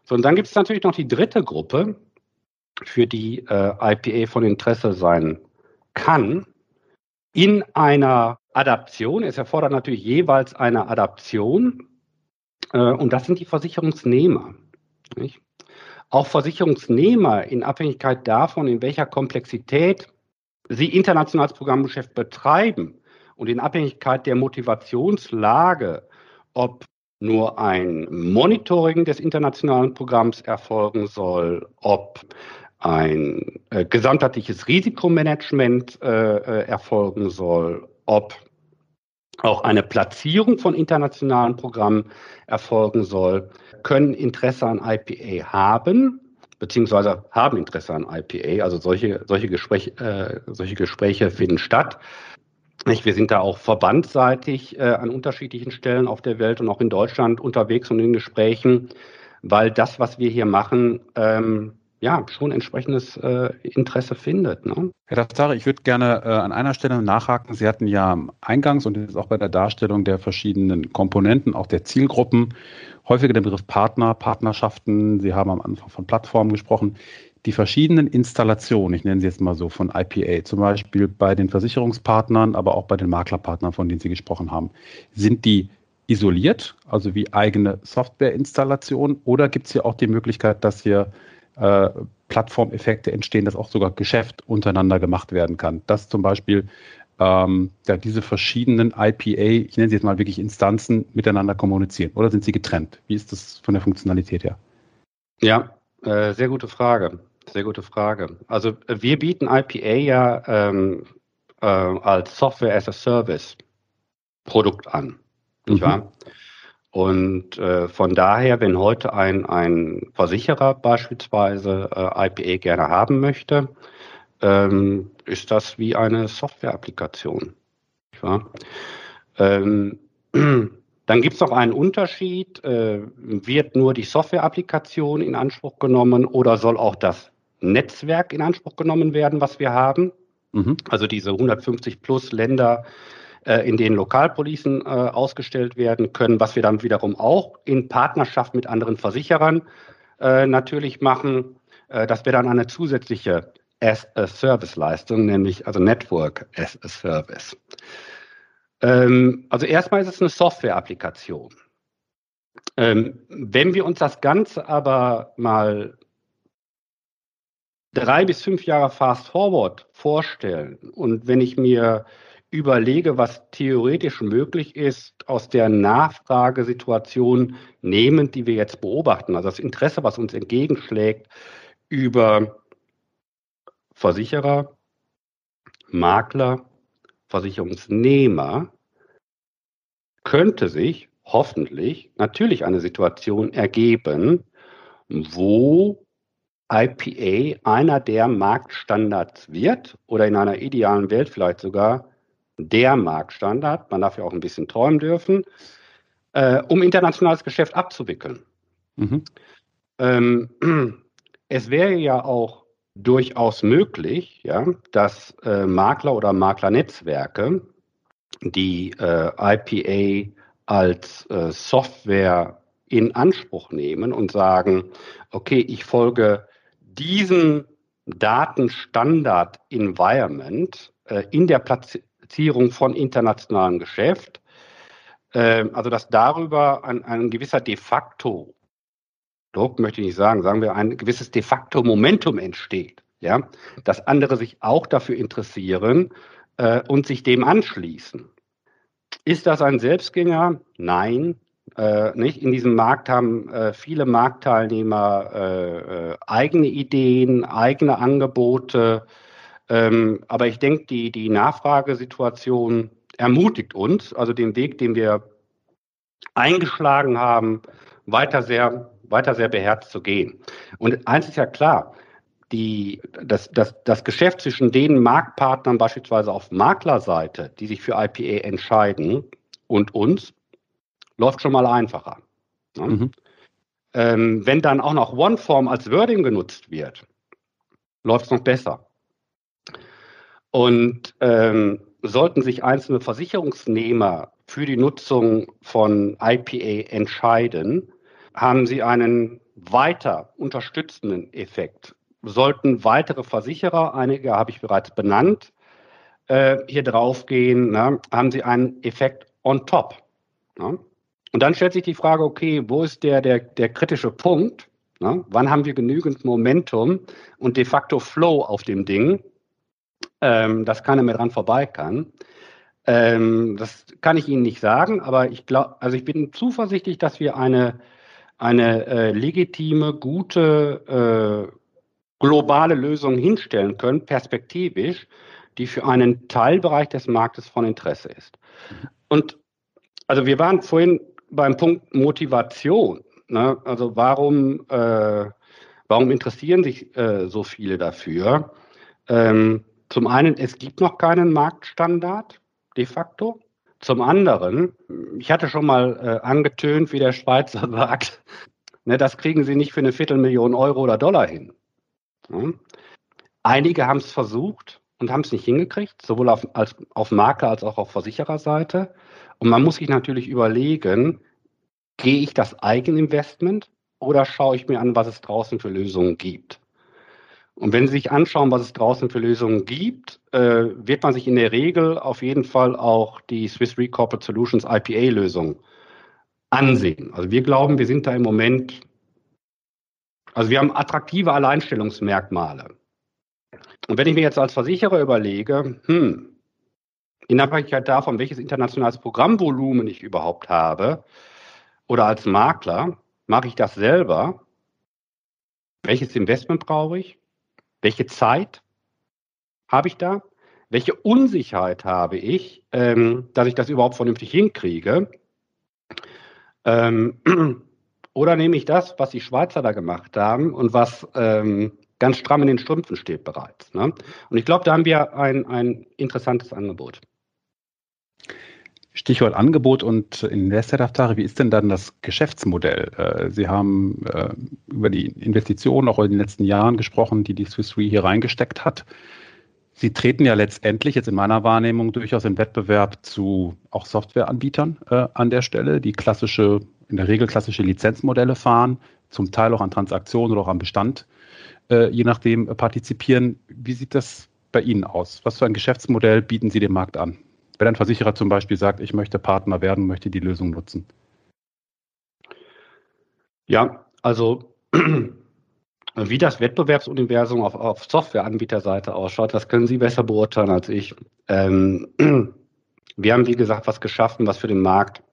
So, und dann gibt es natürlich noch die dritte Gruppe, für die IPA von Interesse sein kann, in einer Adaption. Es erfordert natürlich jeweils eine Adaption, und das sind die Versicherungsnehmer. Nicht? Auch Versicherungsnehmer in Abhängigkeit davon, in welcher Komplexität sie internationales Programmgeschäft betreiben und in Abhängigkeit der Motivationslage, ob nur ein Monitoring des internationalen Programms erfolgen soll, ob ein gesamtheitliches Risikomanagement erfolgen soll, ob auch eine Platzierung von internationalen Programmen erfolgen soll, können Interesse an IPA haben, beziehungsweise haben Interesse an IPA. Also solche Gespräche finden statt. Wir sind da auch verbandsseitig an unterschiedlichen Stellen auf der Welt und auch in Deutschland unterwegs und in Gesprächen, weil das, was wir hier machen, schon entsprechendes Interesse findet. Ne? Herr Daftari, ich würde gerne an einer Stelle nachhaken. Sie hatten ja eingangs und jetzt auch bei der Darstellung der verschiedenen Komponenten, auch der Zielgruppen, häufiger den Begriff Partner, Partnerschaften. Sie haben am Anfang von Plattformen gesprochen. Die verschiedenen Installationen, ich nenne sie jetzt mal so, von IPA, zum Beispiel bei den Versicherungspartnern, aber auch bei den Maklerpartnern, von denen Sie gesprochen haben, sind die isoliert, also wie eigene Softwareinstallationen, oder gibt es hier auch die Möglichkeit, dass hier Plattformeffekte entstehen, dass auch sogar Geschäft untereinander gemacht werden kann. Dass zum Beispiel diese verschiedenen IPA, ich nenne sie jetzt mal wirklich Instanzen, miteinander kommunizieren. Oder sind sie getrennt? Wie ist das von der Funktionalität her? Ja, sehr gute Frage. Sehr gute Frage. Also wir bieten IPA ja als Software as a Service Produkt an. Nicht wahr? Und von daher, wenn heute ein Versicherer beispielsweise IPA gerne haben möchte, ist das wie eine Software-Applikation. Nicht wahr? Dann gibt es noch einen Unterschied. Wird nur die Software-Applikation in Anspruch genommen oder soll auch das Netzwerk in Anspruch genommen werden, was wir haben? Also diese 150 plus Länder, in denen Lokalpolicen ausgestellt werden können, was wir dann wiederum auch in Partnerschaft mit anderen Versicherern natürlich machen. Das wäre dann eine zusätzliche As-a-Service-Leistung, nämlich also Network as a Service. Also erstmal ist es eine Software-Applikation. Wenn wir uns das Ganze aber mal 3 bis 5 Jahre fast forward vorstellen und wenn ich mir überlege, was theoretisch möglich ist, aus der Nachfragesituation nehmend, die wir jetzt beobachten, also das Interesse, was uns entgegenschlägt über Versicherer, Makler, Versicherungsnehmer, könnte sich hoffentlich natürlich eine Situation ergeben, wo IPA einer der Marktstandards wird oder in einer idealen Welt vielleicht sogar der Marktstandard, man darf ja auch ein bisschen träumen dürfen, um internationales Geschäft abzuwickeln. Es wäre ja auch durchaus möglich, ja, dass Makler oder Maklernetzwerke, die IPA als Software in Anspruch nehmen und sagen, okay, ich folge diesem Datenstandard-Environment in der Platzierung von internationalem Geschäft, also dass darüber ein gewisser de facto Druck möchte ich nicht sagen wir, ein gewisses de facto Momentum entsteht, ja, dass andere sich auch dafür interessieren und sich dem anschließen. Ist das ein Selbstgänger? Nein, nicht. In diesem Markt haben viele Marktteilnehmer eigene Ideen, eigene Angebote, aber ich denke, die Nachfragesituation ermutigt uns, also den Weg, den wir eingeschlagen haben, weiter sehr beherzt zu gehen. Und eins ist ja klar, das Geschäft zwischen den Marktpartnern beispielsweise auf Maklerseite, die sich für IPA entscheiden, und uns, läuft schon mal einfacher. Ne? Wenn dann auch noch OneForm als Wording genutzt wird, läuft es noch besser. Und sollten sich einzelne Versicherungsnehmer für die Nutzung von IPA entscheiden, haben sie einen weiter unterstützenden Effekt sollten weitere Versicherer, einige habe ich bereits benannt, hier draufgehen, ne, haben sie einen Effekt on top. Ne? Und dann stellt sich die Frage, okay, wo ist der kritische Punkt? Ne? Wann haben wir genügend Momentum und de facto Flow auf dem Ding, dass keiner mehr dran vorbei kann? Das kann ich Ihnen nicht sagen, aber ich glaube, also ich bin zuversichtlich, dass wir eine legitime, gute, globale Lösung hinstellen können, perspektivisch, die für einen Teilbereich des Marktes von Interesse ist. Und also wir waren vorhin beim Punkt Motivation. Ne? Also warum interessieren sich so viele dafür? Zum einen, es gibt noch keinen Marktstandard de facto. Zum anderen, ich hatte schon mal angetönt, wie der Schweizer sagt, ne, das kriegen Sie nicht für eine Viertelmillion Euro oder Dollar hin. Ja? Einige haben es versucht und haben es nicht hingekriegt, sowohl auf Makler- als auch auf Versichererseite. Und man muss sich natürlich überlegen, gehe ich das Eigeninvestment oder schaue ich mir an, was es draußen für Lösungen gibt? Und wenn Sie sich anschauen, was es draußen für Lösungen gibt, wird man sich in der Regel auf jeden Fall auch die Swiss Re Corporate Solutions IPA-Lösung ansehen. Also wir glauben, wir sind da im Moment, also wir haben attraktive Alleinstellungsmerkmale. Und wenn ich mir jetzt als Versicherer überlege, in Abhängigkeit davon, welches internationales Programmvolumen ich überhaupt habe, oder als Makler, mache ich das selber? Welches Investment brauche ich? Welche Zeit habe ich da? Welche Unsicherheit habe ich, dass ich das überhaupt vernünftig hinkriege? Oder nehme ich das, was die Schweizer da gemacht haben und was ganz stramm in den Strümpfen steht bereits? Ne? Und ich glaube, da haben wir ein interessantes Angebot. Stichwort Angebot und Investor-Daftare, wie ist denn dann das Geschäftsmodell? Sie haben über die Investitionen auch in den letzten Jahren gesprochen, die Swiss Re hier reingesteckt hat. Sie treten ja letztendlich jetzt in meiner Wahrnehmung durchaus im Wettbewerb zu auch Softwareanbietern an der Stelle, die in der Regel klassische Lizenzmodelle fahren, zum Teil auch an Transaktionen oder auch am Bestand, je nachdem partizipieren. Wie sieht das bei Ihnen aus? Was für ein Geschäftsmodell bieten Sie dem Markt an? Wenn ein Versicherer zum Beispiel sagt, ich möchte Partner werden, möchte die Lösung nutzen. Ja, also wie das Wettbewerbsuniversum auf Softwareanbieterseite ausschaut, das können Sie besser beurteilen als ich. Wir haben, wie gesagt, was geschaffen, was für den Markt,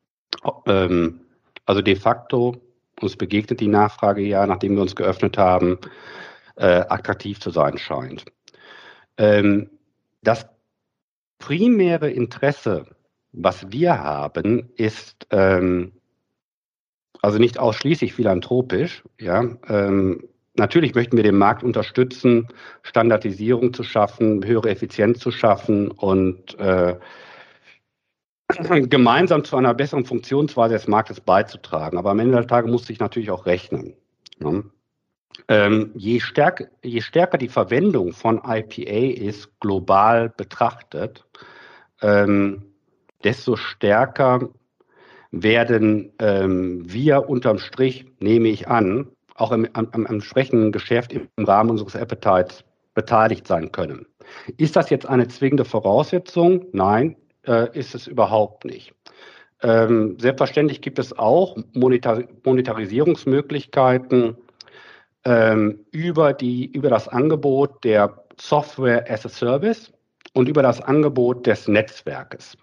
also de facto, uns begegnet die Nachfrage ja, nachdem wir uns geöffnet haben, attraktiv zu sein scheint. Das primäre Interesse, was wir haben, ist also nicht ausschließlich philanthropisch. Ja, natürlich möchten wir den Markt unterstützen, Standardisierung zu schaffen, höhere Effizienz zu schaffen und gemeinsam zu einer besseren Funktionsweise des Marktes beizutragen. Aber am Ende der Tage muss sich natürlich auch rechnen. Ne? Je stärker die Verwendung von IPA ist, global betrachtet, desto stärker werden wir unterm Strich, nehme ich an, auch am entsprechenden Geschäft im Rahmen unseres Appetites beteiligt sein können. Ist das jetzt eine zwingende Voraussetzung? Nein, ist es überhaupt nicht. Selbstverständlich gibt es auch Monetarisierungsmöglichkeiten über das Angebot der Software as a Service und über das Angebot des Netzwerkes.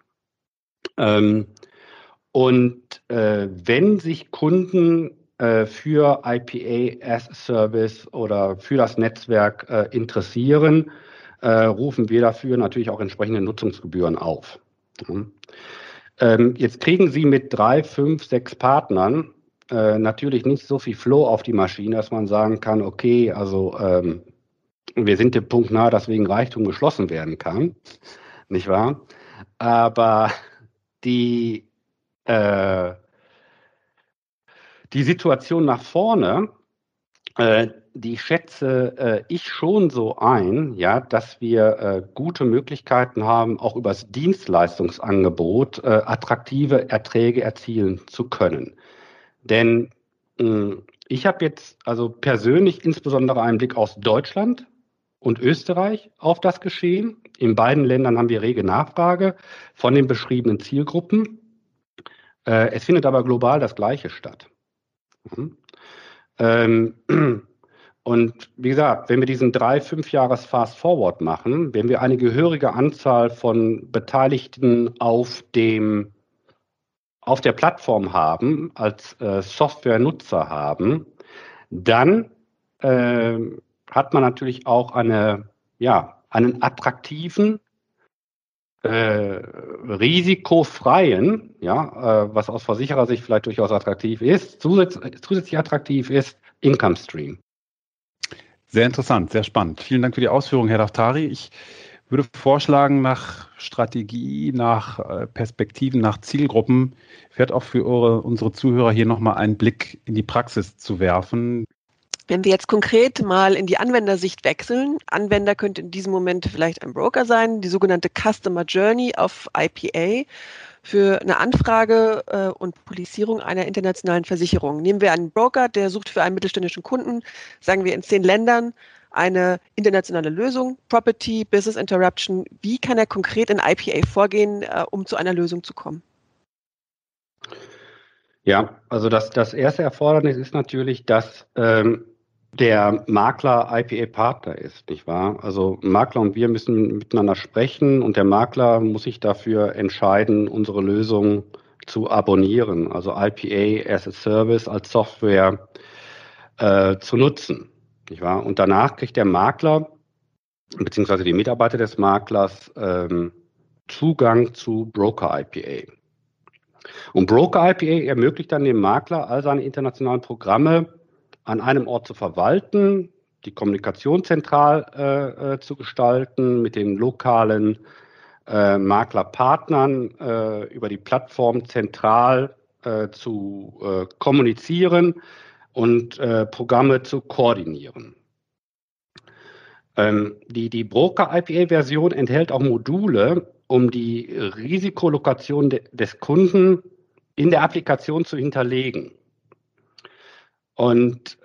Wenn sich Kunden für IPA as a Service oder für das Netzwerk interessieren, rufen wir dafür natürlich auch entsprechende Nutzungsgebühren auf. Jetzt kriegen Sie mit 3, 5, 6 Partnern natürlich nicht so viel Flow auf die Maschine, dass man sagen kann, okay, also wir sind dem Punkt nahe, dass wegen Reichtum geschlossen werden kann, nicht wahr? Aber die Situation nach vorne, die schätze ich schon so ein, ja, dass wir gute Möglichkeiten haben, auch über das Dienstleistungsangebot attraktive Erträge erzielen zu können. Denn Ich habe jetzt also persönlich insbesondere einen Blick aus Deutschland und Österreich auf das Geschehen. In beiden Ländern haben wir rege Nachfrage von den beschriebenen Zielgruppen. Es findet aber global das Gleiche statt. Und wie gesagt, wenn wir diesen 3-5 Jahres Fast-Forward machen, wenn wir eine gehörige Anzahl von Beteiligten auf der Plattform haben, als Softwarenutzer haben, dann hat man natürlich auch einen attraktiven, risikofreien, was aus Versicherersicht vielleicht durchaus attraktiv ist, zusätzlich attraktiv ist, Income Stream. Sehr interessant, sehr spannend. Vielen Dank für die Ausführungen, Herr Daftari. Ich würde vorschlagen, nach Strategie, nach Perspektiven, nach Zielgruppen, vielleicht auch für unsere Zuhörer hier nochmal einen Blick in die Praxis zu werfen. Wenn wir jetzt konkret mal in die Anwendersicht wechseln, Anwender könnte in diesem Moment vielleicht ein Broker sein, die sogenannte Customer Journey auf IPA für eine Anfrage und Polizierung einer internationalen Versicherung. Nehmen wir einen Broker, der sucht für einen mittelständischen Kunden, sagen wir in 10 Ländern, eine internationale Lösung, Property, Business Interruption. Wie kann er konkret in IPA vorgehen, um zu einer Lösung zu kommen? Ja, also das erste Erfordernis ist natürlich, dass der Makler IPA-Partner ist, nicht wahr? Also Makler und wir müssen miteinander sprechen und der Makler muss sich dafür entscheiden, unsere Lösung zu abonnieren, also IPA as a Service, als Software zu nutzen, nicht wahr? Und danach kriegt der Makler beziehungsweise die Mitarbeiter des Maklers Zugang zu Broker IPA. Und Broker IPA ermöglicht dann dem Makler, all seine internationalen Programme an einem Ort zu verwalten, die Kommunikation zentral zu gestalten, mit den lokalen Maklerpartnern über die Plattform zentral zu kommunizieren und Programme zu koordinieren. Die Broker-IPA-Version enthält auch Module, um die Risikolokation des Kunden in der Applikation zu hinterlegen. Und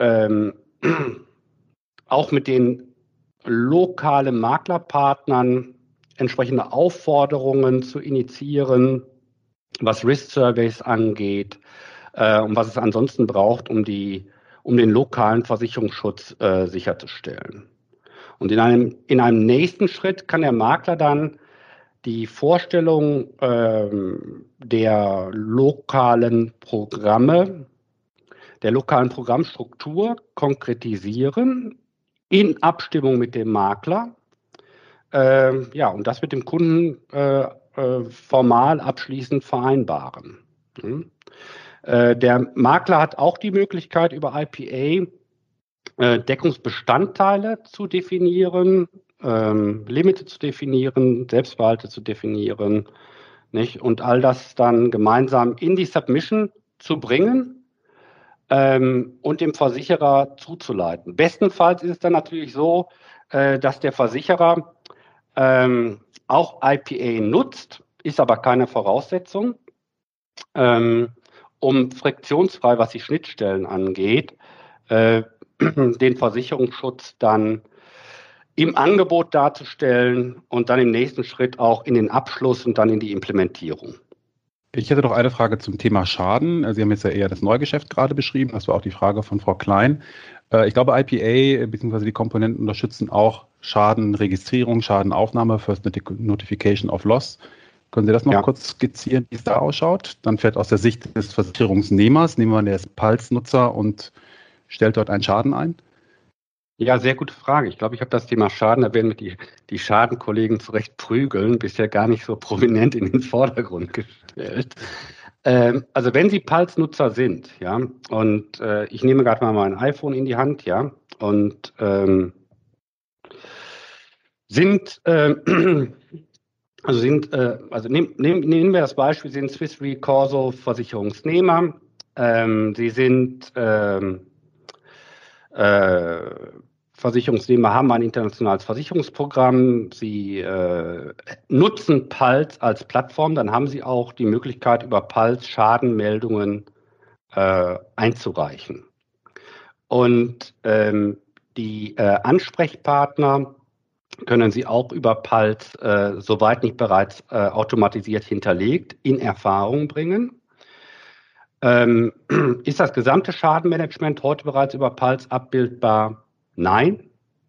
auch mit den lokalen Maklerpartnern entsprechende Aufforderungen zu initiieren, was Risk Surveys angeht und was es ansonsten braucht, um den lokalen Versicherungsschutz sicherzustellen. Und in einem nächsten Schritt kann der Makler dann die Vorstellung der lokalen Programme, der lokalen Programmstruktur konkretisieren in Abstimmung mit dem Makler. Und das mit dem Kunden formal abschließend vereinbaren. Der Makler hat auch die Möglichkeit, über IPA Deckungsbestandteile zu definieren, Limite zu definieren, Selbstbehalte zu definieren, nicht? Und all das dann gemeinsam in die Submission zu bringen und dem Versicherer zuzuleiten. Bestenfalls ist es dann natürlich so, dass der Versicherer auch IPA nutzt, ist aber keine Voraussetzung, um friktionsfrei, was die Schnittstellen angeht, den Versicherungsschutz dann im Angebot darzustellen und dann im nächsten Schritt auch in den Abschluss und dann in die Implementierung. Ich hätte noch eine Frage zum Thema Schaden. Sie haben jetzt ja eher das Neugeschäft gerade beschrieben. Das war auch die Frage von Frau Klein. Ich glaube, IPA bzw. die Komponenten unterstützen auch Schadenregistrierung, Schadenaufnahme, First Notification of Loss. Können Sie das noch kurz skizzieren, wie es da ausschaut? Dann vielleicht aus der Sicht des Versicherungsnehmers. Nehmen wir an, der ist Pulse-Nutzer und stellt dort einen Schaden ein? Ja, sehr gute Frage. Ich glaube, ich habe das Thema Schaden, da werden mir die Schadenkollegen zurecht prügeln, bisher gar nicht so prominent in den Vordergrund gestellt. Also wenn Sie Pulse-Nutzer sind, ja, und ich nehme gerade mal mein iPhone in die Hand, ja, und nehmen wir das Beispiel, Sie sind Swiss Re Corso Versicherungsnehmer, Sie sind Versicherungsnehmer, haben ein internationales Versicherungsprogramm, Sie nutzen Pulse als Plattform, dann haben Sie auch die Möglichkeit, über Pulse Schadenmeldungen einzureichen. Und die Ansprechpartner können Sie auch über PALS, soweit nicht bereits automatisiert hinterlegt, in Erfahrung bringen. Ist das gesamte Schadenmanagement heute bereits über PALS abbildbar? Nein.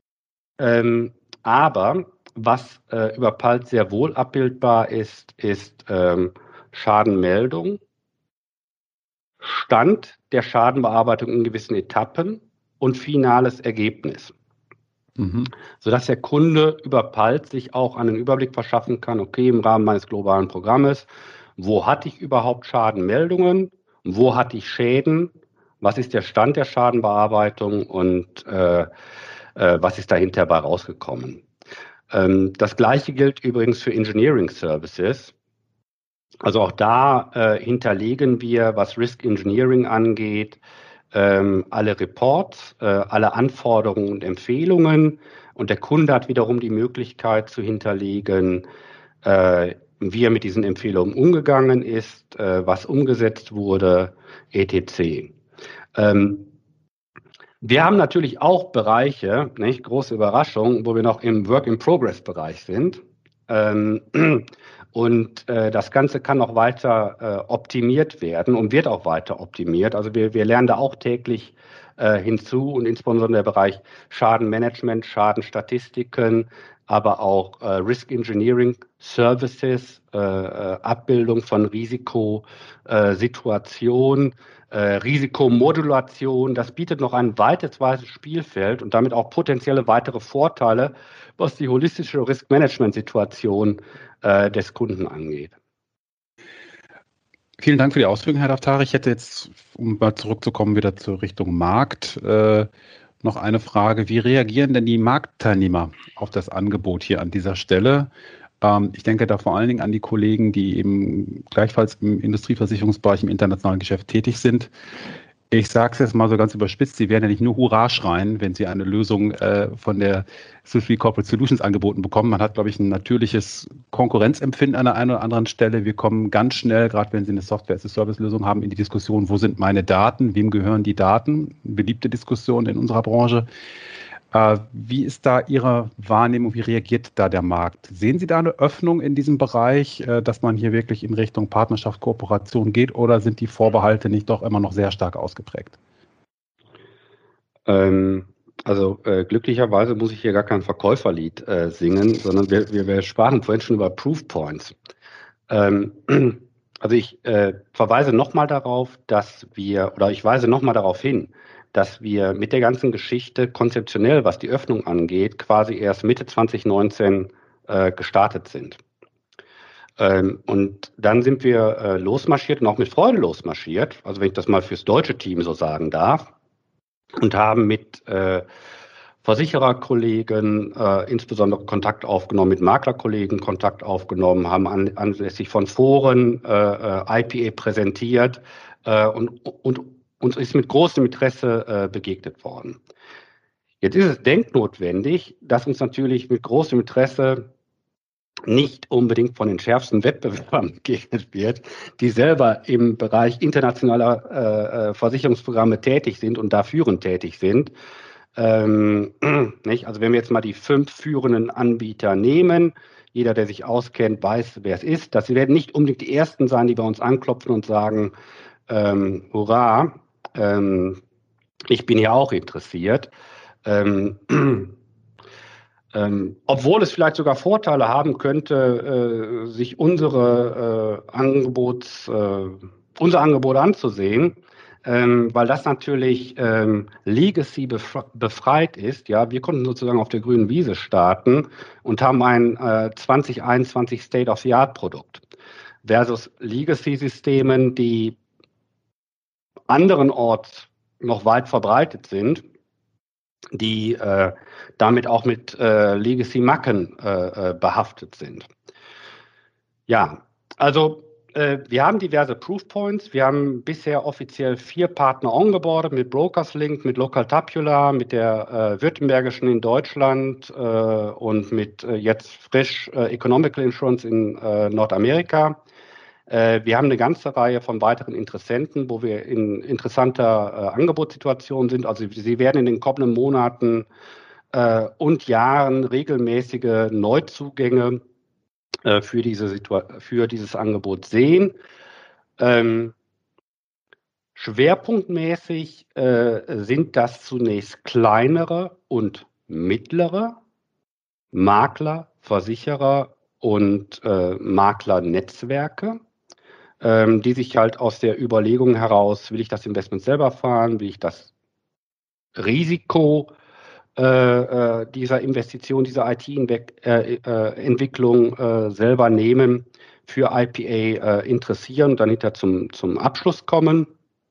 Aber was über PALS sehr wohl abbildbar ist Schadenmeldung, Stand der Schadenbearbeitung in gewissen Etappen und finales Ergebnis. Sodass der Kunde über PALS sich auch einen Überblick verschaffen kann, okay, im Rahmen meines globalen Programmes, wo hatte ich überhaupt Schadenmeldungen, wo hatte ich Schäden, was ist der Stand der Schadenbearbeitung und was ist dahinter bei rausgekommen. Das Gleiche gilt übrigens für Engineering Services. Also auch da hinterlegen wir, was Risk Engineering angeht, alle Reports, alle Anforderungen und Empfehlungen. Und der Kunde hat wiederum die Möglichkeit zu hinterlegen, wie er mit diesen Empfehlungen umgegangen ist, was umgesetzt wurde, etc. Wir haben natürlich auch Bereiche, nicht, große Überraschung, wo wir noch im Work-in-Progress-Bereich sind. Und das Ganze kann noch weiter optimiert werden und wird auch weiter optimiert. Also wir lernen da auch täglich hinzu und insbesondere der Bereich Schadenmanagement, Schadenstatistiken, aber auch Risk Engineering Services, Abbildung von Risikosituationen, Risikomodulation. Das bietet noch ein weites Spielfeld und damit auch potenzielle weitere Vorteile, was die holistische Risk-Management-Situation des Kunden angeht. Vielen Dank für die Ausführungen, Herr Daftari. Ich hätte jetzt, um mal zurückzukommen, wieder zur Richtung Markt, noch eine Frage. Wie reagieren denn die Marktteilnehmer auf das Angebot hier an dieser Stelle? Ich denke da vor allen Dingen an die Kollegen, die eben gleichfalls im Industrieversicherungsbereich, im internationalen Geschäft tätig sind. Ich sage es jetzt mal so ganz überspitzt, Sie werden ja nicht nur Hurra schreien, wenn Sie eine Lösung von der Swiss Re Corporate Solutions angeboten bekommen. Man hat, glaube ich, ein natürliches Konkurrenzempfinden an der einen oder anderen Stelle. Wir kommen ganz schnell, gerade wenn Sie eine Software-as-a-Service-Lösung haben, in die Diskussion, wo sind meine Daten, wem gehören die Daten? Beliebte Diskussion in unserer Branche. Wie ist da Ihre Wahrnehmung? Wie reagiert da der Markt? Sehen Sie da eine Öffnung in diesem Bereich, dass man hier wirklich in Richtung Partnerschaft, Kooperation geht, oder sind die Vorbehalte nicht doch immer noch sehr stark ausgeprägt? Glücklicherweise muss ich hier gar kein Verkäuferlied singen, sondern wir sprachen vorhin schon über Proof Points. Ich weise nochmal darauf hin, dass wir mit der ganzen Geschichte konzeptionell, was die Öffnung angeht, quasi erst Mitte 2019 gestartet sind. Und dann sind wir losmarschiert und auch mit Freude losmarschiert, also wenn ich das mal fürs deutsche Team so sagen darf, und haben mit Versichererkollegen insbesondere Kontakt aufgenommen, mit Maklerkollegen Kontakt aufgenommen, haben anlässlich von Foren IPA präsentiert und uns ist mit großem Interesse begegnet worden. Jetzt ist es denknotwendig, dass uns natürlich mit großem Interesse nicht unbedingt von den schärfsten Wettbewerbern begegnet wird, die selber im Bereich internationaler Versicherungsprogramme tätig sind und da führend tätig sind. Nicht? Also wenn wir jetzt mal die 5 führenden Anbieter nehmen, jeder, der sich auskennt, weiß, wer es ist. Das werden nicht unbedingt die Ersten sein, die bei uns anklopfen und sagen, hurra, ich bin ja auch interessiert. Obwohl es vielleicht sogar Vorteile haben könnte, sich unser Angebot anzusehen, weil das natürlich Legacy befreit ist. Ja, wir konnten sozusagen auf der grünen Wiese starten und haben ein 2021 State-of-the-Art-Produkt versus Legacy-Systemen, die anderenorts noch weit verbreitet sind, die damit auch mit Legacy-Macken behaftet sind. Ja, also wir haben diverse Proofpoints. Wir haben bisher offiziell 4 Partner ongeboardet mit BrokersLink, mit Local Tabular, mit der Württembergischen in Deutschland und mit jetzt frisch Economical Insurance in Nordamerika. Wir haben eine ganze Reihe von weiteren Interessenten, wo wir in interessanter Angebotssituation sind. Also Sie werden in den kommenden Monaten und Jahren regelmäßige Neuzugänge für dieses Angebot sehen. Schwerpunktmäßig sind das zunächst kleinere und mittlere Makler, Versicherer und Maklernetzwerke, die sich halt aus der Überlegung heraus, will ich das Investment selber fahren, will ich das Risiko dieser Investition, dieser IT-Entwicklung selber nehmen, für IPA interessieren und dann hinterher zum Abschluss kommen.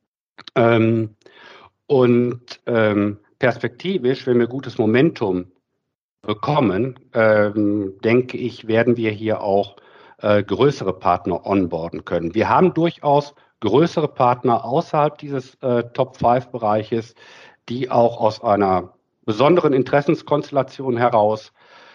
Perspektivisch, wenn wir gutes Momentum bekommen, denke ich, werden wir hier auch größere Partner onboarden können. Wir haben durchaus größere Partner außerhalb dieses Top-5-Bereiches, die auch aus einer besonderen Interessenskonstellation heraus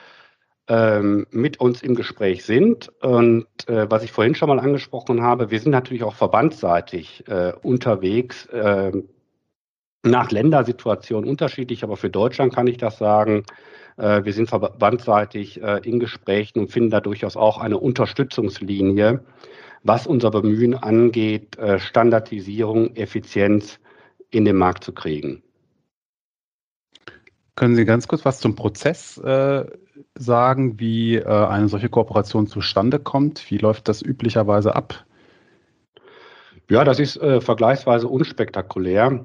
mit uns im Gespräch sind. Und was ich vorhin schon mal angesprochen habe, wir sind natürlich auch verbandsseitig unterwegs, nach Ländersituation unterschiedlich, aber für Deutschland kann ich das sagen. Wir sind verbandsseitig in Gesprächen und finden da durchaus auch eine Unterstützungslinie, was unser Bemühen angeht, Standardisierung, Effizienz in den Markt zu kriegen. Können Sie ganz kurz was zum Prozess sagen, wie eine solche Kooperation zustande kommt? Wie läuft das üblicherweise ab? Ja, das ist vergleichsweise unspektakulär.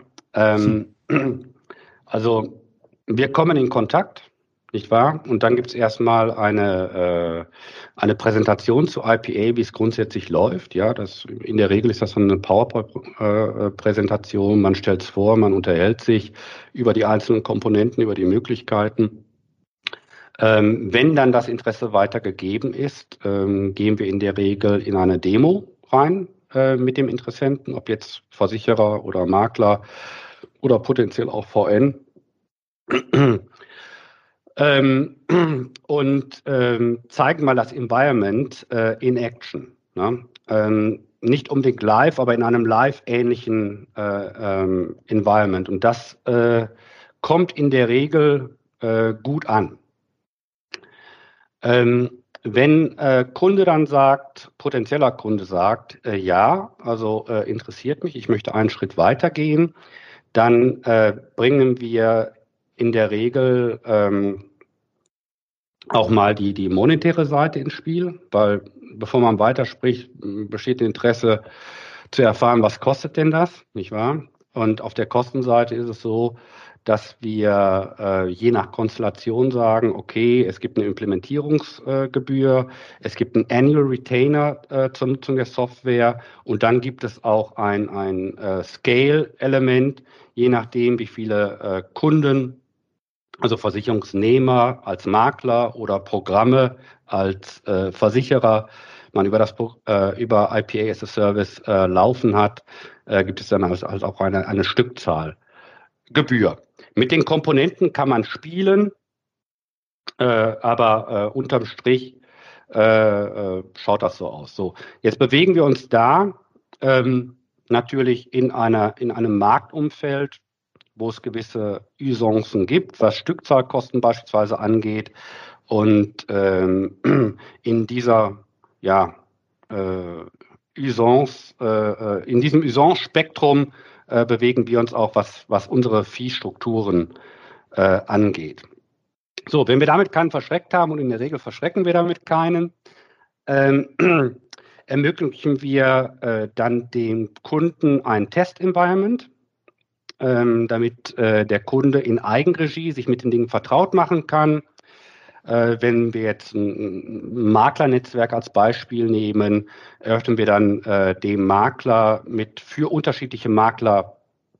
Also wir kommen in Kontakt, nicht wahr? Und dann gibt es erstmal eine Präsentation zu IPA, wie es grundsätzlich läuft. Ja, in der Regel ist das eine PowerPoint-Präsentation. Man stellt es vor, man unterhält sich über die einzelnen Komponenten, über die Möglichkeiten. Wenn dann das Interesse weitergegeben ist, gehen wir in der Regel in eine Demo rein mit dem Interessenten, ob jetzt Versicherer oder Makler oder potenziell auch VN. Und zeigen mal das Environment in Action. Ne? Nicht unbedingt live, aber in einem live-ähnlichen Environment. Und das kommt in der Regel gut an. Wenn Kunde dann sagt, potenzieller Kunde sagt, ja, also interessiert mich, ich möchte einen Schritt weitergehen, dann bringen wir in der Regel auch mal die monetäre Seite ins Spiel, weil bevor man weiterspricht, besteht Interesse zu erfahren, was kostet denn das, nicht wahr? Und auf der Kostenseite ist es so, dass wir je nach Konstellation sagen, okay, es gibt eine Implementierungsgebühr, es gibt einen Annual Retainer zur Nutzung der Software und dann gibt es auch ein Scale-Element, je nachdem, wie viele Kunden, also Versicherungsnehmer als Makler oder Programme als Versicherer, man über IPA as a Service laufen hat, gibt es dann halt auch eine Stückzahlgebühr. Mit den Komponenten kann man spielen, aber unterm Strich schaut das so aus. So, jetzt bewegen wir uns da natürlich in einem Marktumfeld, wo es gewisse Usancen gibt, was Stückzahlkosten beispielsweise angeht. Und in dieser Usance, in diesem Usance-Spektrum bewegen wir uns auch, was unsere Fee-Strukturen angeht. So, wenn wir damit keinen verschreckt haben, und in der Regel verschrecken wir damit keinen, ermöglichen wir dann dem Kunden ein Test-Environment, damit der Kunde in Eigenregie sich mit den Dingen vertraut machen kann. Wenn wir jetzt ein Maklernetzwerk als Beispiel nehmen, eröffnen wir dann dem Makler für unterschiedliche Makler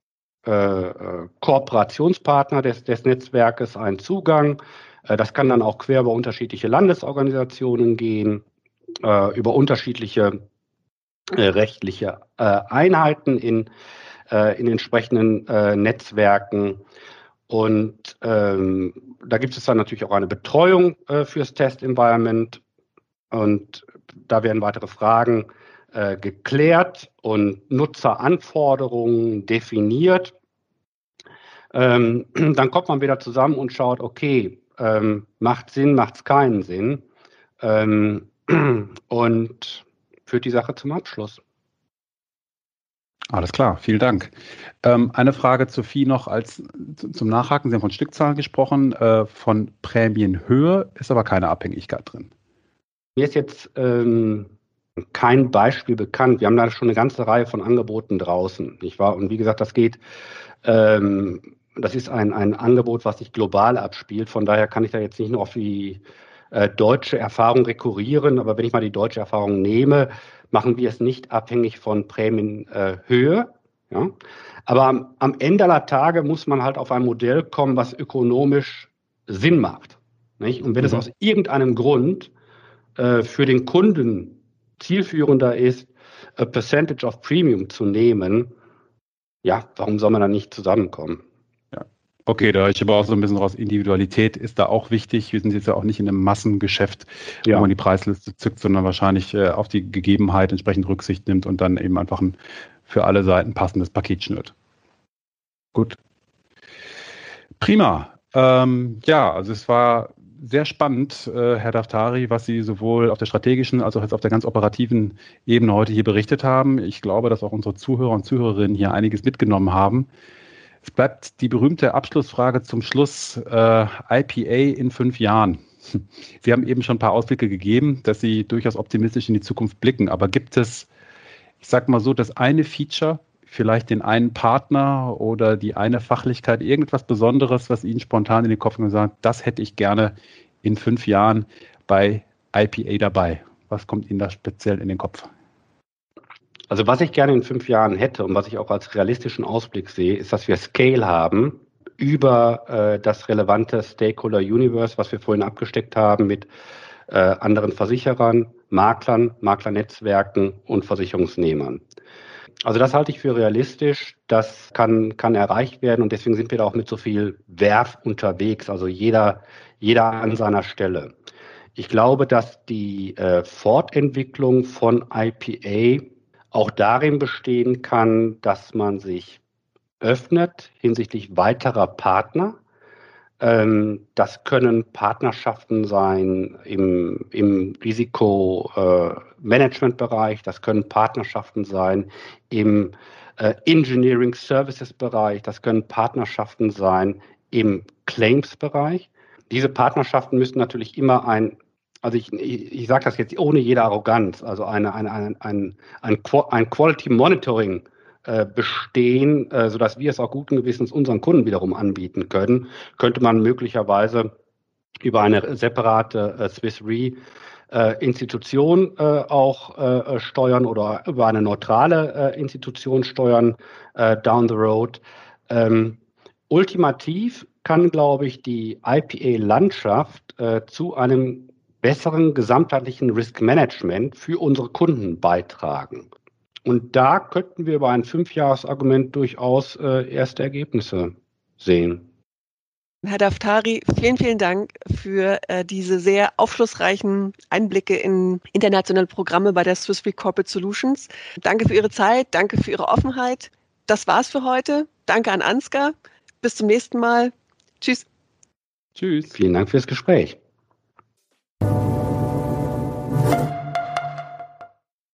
Kooperationspartner des Netzwerkes einen Zugang. Das kann dann auch quer über unterschiedliche Landesorganisationen gehen, über unterschiedliche rechtliche Einheiten in entsprechenden Netzwerken. Und da gibt es dann natürlich auch eine Betreuung fürs Test-Environment. Und da werden weitere Fragen geklärt und Nutzeranforderungen definiert. Dann kommt man wieder zusammen und schaut, okay, macht Sinn, macht es keinen Sinn, und führt die Sache zum Abschluss. Alles klar, vielen Dank. Eine Frage zu Sophie noch zum Nachhaken. Sie haben von Stückzahlen gesprochen, von Prämienhöhe ist aber keine Abhängigkeit drin. Mir ist jetzt kein Beispiel bekannt. Wir haben da schon eine ganze Reihe von Angeboten draußen, nicht wahr? Und wie gesagt, das ist ein Angebot, was sich global abspielt. Von daher kann ich da jetzt nicht nur auf die deutsche Erfahrung rekurrieren. Aber wenn ich mal die deutsche Erfahrung nehme, machen wir es nicht abhängig von Prämienhöhe. Ja? Aber am Ende aller Tage muss man halt auf ein Modell kommen, was ökonomisch Sinn macht. Nicht? Und wenn es aus irgendeinem Grund für den Kunden zielführender ist, a percentage of premium zu nehmen, ja, warum soll man da nicht zusammenkommen? Ja. Okay, da höre ich aber auch so ein bisschen raus, Individualität ist da auch wichtig. Wir sind jetzt ja auch nicht in einem Massengeschäft, wo man die Preisliste zückt, sondern wahrscheinlich auf die Gegebenheit entsprechend Rücksicht nimmt und dann eben einfach ein für alle Seiten passendes Paket schnürt. Gut. Prima. Also es war sehr spannend, Herr Daftari, was Sie sowohl auf der strategischen als auch jetzt auf der ganz operativen Ebene heute hier berichtet haben. Ich glaube, dass auch unsere Zuhörer und Zuhörerinnen hier einiges mitgenommen haben. Es bleibt die berühmte Abschlussfrage zum Schluss, IPA in 5 Jahren. Sie haben eben schon ein paar Ausblicke gegeben, dass Sie durchaus optimistisch in die Zukunft blicken. Aber gibt es, ich sage mal so, das eine Feature, vielleicht den einen Partner oder die eine Fachlichkeit, irgendwas Besonderes, was Ihnen spontan in den Kopf gesagt, das hätte ich gerne in 5 Jahren bei IPA dabei. Was kommt Ihnen da speziell in den Kopf? Also was ich gerne in 5 Jahren hätte und was ich auch als realistischen Ausblick sehe, ist, dass wir Scale haben über das relevante Stakeholder Universe, was wir vorhin abgesteckt haben mit anderen Versicherern, Maklern, Maklernetzwerken und Versicherungsnehmern. Also das halte ich für realistisch, das kann erreicht werden und deswegen sind wir da auch mit so viel Werf unterwegs, also jeder an seiner Stelle. Ich glaube, dass die Fortentwicklung von IPA auch darin bestehen kann, dass man sich öffnet hinsichtlich weiterer Partner. Das können Partnerschaften sein im Risikomanagementbereich, das können Partnerschaften sein im Engineering Services Bereich, das können Partnerschaften sein im Claims-Bereich. Diese Partnerschaften müssen natürlich immer also ich sage das jetzt ohne jede Arroganz, also ein Quality Monitoring bestehen, sodass wir es auch guten Gewissens unseren Kunden wiederum anbieten können, könnte man möglicherweise über eine separate Swiss Re Institution auch steuern oder über eine neutrale Institution steuern down the road. Ultimativ kann, glaube ich, die IPA-Landschaft zu einem besseren gesamtheitlichen Risk-Management für unsere Kunden beitragen. Und da könnten wir über ein 5-Jahres-Argument durchaus erste Ergebnisse sehen. Herr Daftari, vielen, vielen Dank für diese sehr aufschlussreichen Einblicke in internationale Programme bei der Swiss Re Corporate Solutions. Danke für Ihre Zeit, danke für Ihre Offenheit. Das war's für heute. Danke an Ansgar. Bis zum nächsten Mal. Tschüss. Tschüss. Vielen Dank fürs Gespräch.